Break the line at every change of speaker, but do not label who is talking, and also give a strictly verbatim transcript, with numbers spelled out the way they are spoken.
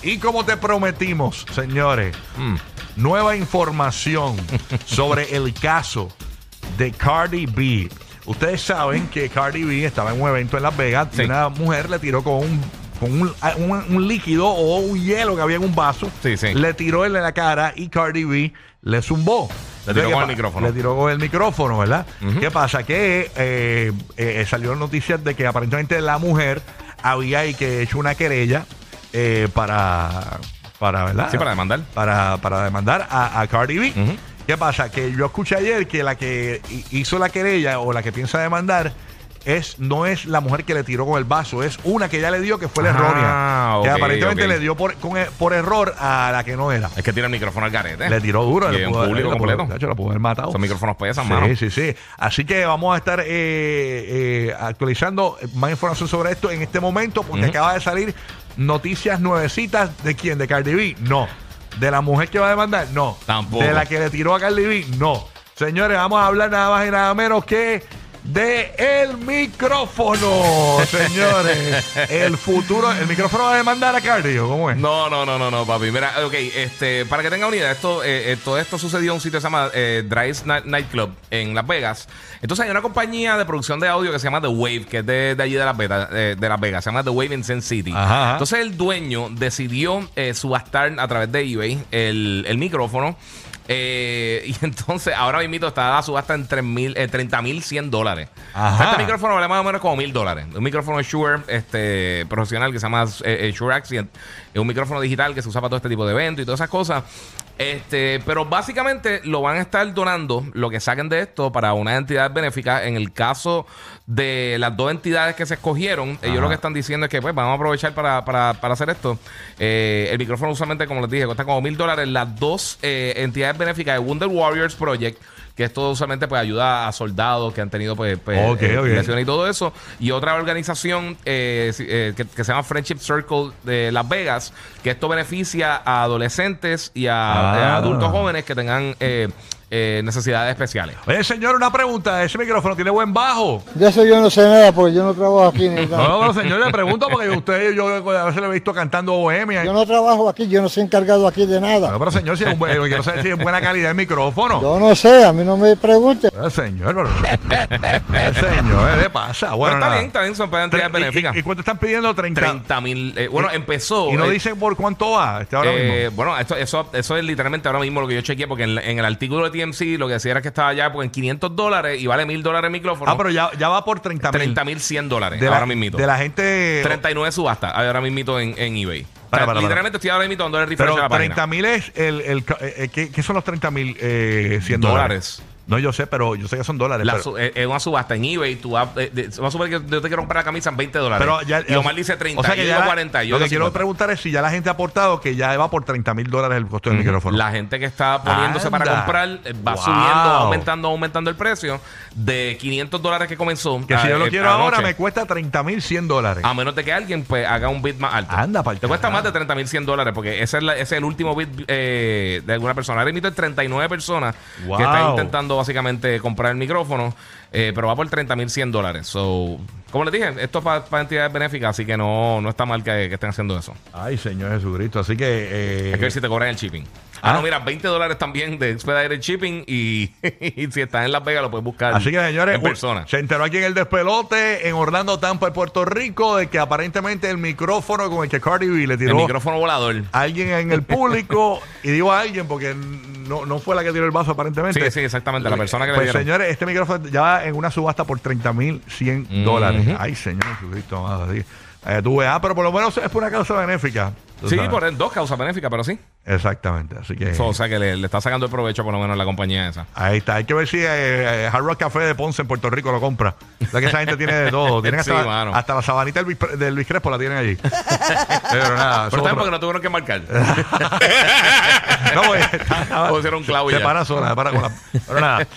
Y como te prometimos, señores, mm, nueva información sobre el caso de Cardi B. Ustedes saben que Cardi B estaba en un evento en Las Vegas sí. y una mujer le tiró con un, con un, un, un líquido o un hielo que había en un vaso. Sí, sí. Le tiró en la cara y Cardi B le zumbó.
Le tiró con el micrófono.
Le tiró con el micrófono, ¿verdad? Uh-huh. ¿Qué pasa? Que eh, eh, salió noticias de que aparentemente la mujer había que hecho una querella eh, para, para, ¿verdad?
Sí, para demandar.
Para, para demandar a, a Cardi B. Uh-huh. ¿Qué pasa? Que yo escuché ayer que la que hizo la querella o la que piensa demandar es no es la mujer que le tiró con el vaso, es una que ya le dio que fue la ah, errónea. Okay, que aparentemente okay. le dio por, con, por error a la que no era.
Es que tira el micrófono al garete.
Le tiró duro.
Y en público completo.
De hecho, lo pudo haber matado.
Esos micrófonos pesan,
sí,
mano.
Sí, sí, sí. Así que vamos a estar eh, eh, actualizando más información sobre esto en este momento porque uh-huh. acaba de salir noticias nuevecitas. ¿De quién? ¿De Cardi B? No. ¿De la mujer que va a demandar? No.
Tampoco.
¿De la que le tiró a Cardi B? No. Señores, vamos a hablar nada más y nada menos que de el micrófono, señores. El futuro, ¿el micrófono va a demandar a Cardi o cómo es?
No, no, no, no, no, papi. Mira, ok, este, para que tengan una idea, esto, eh, todo esto sucedió en un sitio que se llama eh, Drive Night Club en Las Vegas. Entonces hay una compañía de producción de audio que se llama The Wave, que es de, de allí de Las Vegas, eh, de Las Vegas, se llama The Wave in Sin City. Ajá, ajá. Entonces el dueño decidió eh, subastar a través de eBay el, el micrófono. Eh, y entonces ahora mismo está a la subasta en eh, treinta mil cien dólares. O sea, este micrófono vale más o menos como mil dólares. Un micrófono Shure este, profesional que se llama eh, Shure Accent. Es un micrófono digital que se usa para todo este tipo de eventos y todas esas cosas. Este, pero básicamente lo van a estar donando, lo que saquen de esto, para una entidad benéfica. En el caso de las dos entidades que se escogieron, ajá, ellos lo que están diciendo es que pues vamos a aprovechar para, para, para hacer esto. Eh, el micrófono usualmente, como les dije, cuesta como mil dólares. Las dos eh, entidades benéficas de Wounded Warriors Project, que esto usualmente pues ayuda a soldados que han tenido pues, pues okay, eh, okay. lesiones y todo eso, y otra organización eh, eh, que, que se llama Friendship Circle de Las Vegas, que esto beneficia a adolescentes y a, ah. a adultos jóvenes que tengan eh, eh, necesidades especiales.
Oye, señor, una pregunta. ¿Ese micrófono tiene buen bajo?
De eso yo no sé nada porque yo no trabajo aquí. Ni nada.
No, no, señor, le pregunto porque usted, yo a veces lo he visto cantando bohemia.
Yo no trabajo aquí, yo no soy encargado aquí de nada.
No, pero señor, si es, un buen, quiero saber si es buena calidad el micrófono.
Yo no sé, a mí no me pregunte.
Pero, señor, pero, señor, ¿qué le pasa? Bueno,
está nada. bien, está bien, son entidades benéficas.
¿Y, y cuánto están pidiendo? treinta
mil. Eh, bueno, empezó.
¿Y no
eh,
dicen por cuánto va este ahora
eh,
mismo?
Bueno, esto, eso, eso es literalmente ahora mismo lo que yo chequeé, porque en, en el artículo de T M C lo que decía era que estaba ya pues, en quinientos dólares y vale mil dólares el micrófono.
Ah, pero ya, ya va por treinta mil.
treinta mil cien dólares
de
ahora
la,
mismo.
De la gente.
treinta y nueve subastas ahora mismo en, en eBay.
Para,
o sea,
para,
literalmente
para.
estoy ahora mismo dando el refresh
pero
a la página.
treinta mil es el. el eh, ¿qué, ¿Qué son los treinta mil? Eh, cien dólares.
dólares.
No, yo sé, pero yo sé que son dólares.
La
pero...
su, es, es una subasta en eBay. Tú vas, eh, de, vamos a suponer que yo te quiero comprar la camisa en veinte dólares.
Pero ya,
y Omar dice treinta.
O sea que
y
ya
yo
la,
cuarenta. Yo
lo que
cincuenta.
quiero preguntar es si ya la gente ha aportado que ya va por treinta mil dólares el costo del mm, micrófono.
La gente que está poniéndose
Anda.
para comprar va wow. subiendo, aumentando, aumentando el precio de quinientos dólares que comenzó.
Que si
a,
yo lo
eh,
quiero
anoche,
ahora me cuesta treinta mil cien dólares.
A menos de que alguien pues haga un bid más alto.
Anda, para
te cuesta más de treinta mil cien dólares porque ese es, la, ese es el último bid eh, de alguna persona. Ahora emite treinta y nueve personas wow. que están intentando básicamente comprar el micrófono. Eh, pero va por treinta mil cien dólares. So, como les dije, esto es para pa entidades benéficas, así que no, no está mal que, que estén haciendo eso.
Ay, Señor Jesucristo. Así que. Eh...
Hay que ver si te cobran el shipping. Ah, ah no, mira, veinte dólares también de Expedited Shipping. Y, y si estás en Las Vegas, lo puedes buscar.
Así que, señores,
en persona.
Se enteró aquí en el despelote, en Orlando, Tampa, en Puerto Rico, de que aparentemente el micrófono con el que Cardi B le tiró.
El micrófono volador.
A alguien en el público. Y digo a alguien porque no, no fue la que tiró el vaso, aparentemente.
Sí, sí, exactamente. La persona que
pues,
le dieron.
Señores, este micrófono ya va en una subasta por treinta mil cien dólares. Uh-huh. Ay, Señor Jesucristo, amado. Así. Eh, tú ves, ah, pero por lo menos es por una causa benéfica.
Sí, sabes. Por dos causas benéficas, pero sí.
Exactamente, así que...
So, o sea, que le, le está sacando el provecho por lo menos a la compañía esa.
Ahí está, hay que ver si eh, eh, Hard Rock Café de Ponce en Puerto Rico lo compra. O sea, que esa gente tiene de todo. Tienen hasta, sí, la, hasta la sabanita del, del Luis Crespo la tienen allí. Pero nada.
Pero también porque no tuvieron que marcar.
No, pues...
O hicieron un clavo y
se
ya.
para sola, se para con la... Pero nada.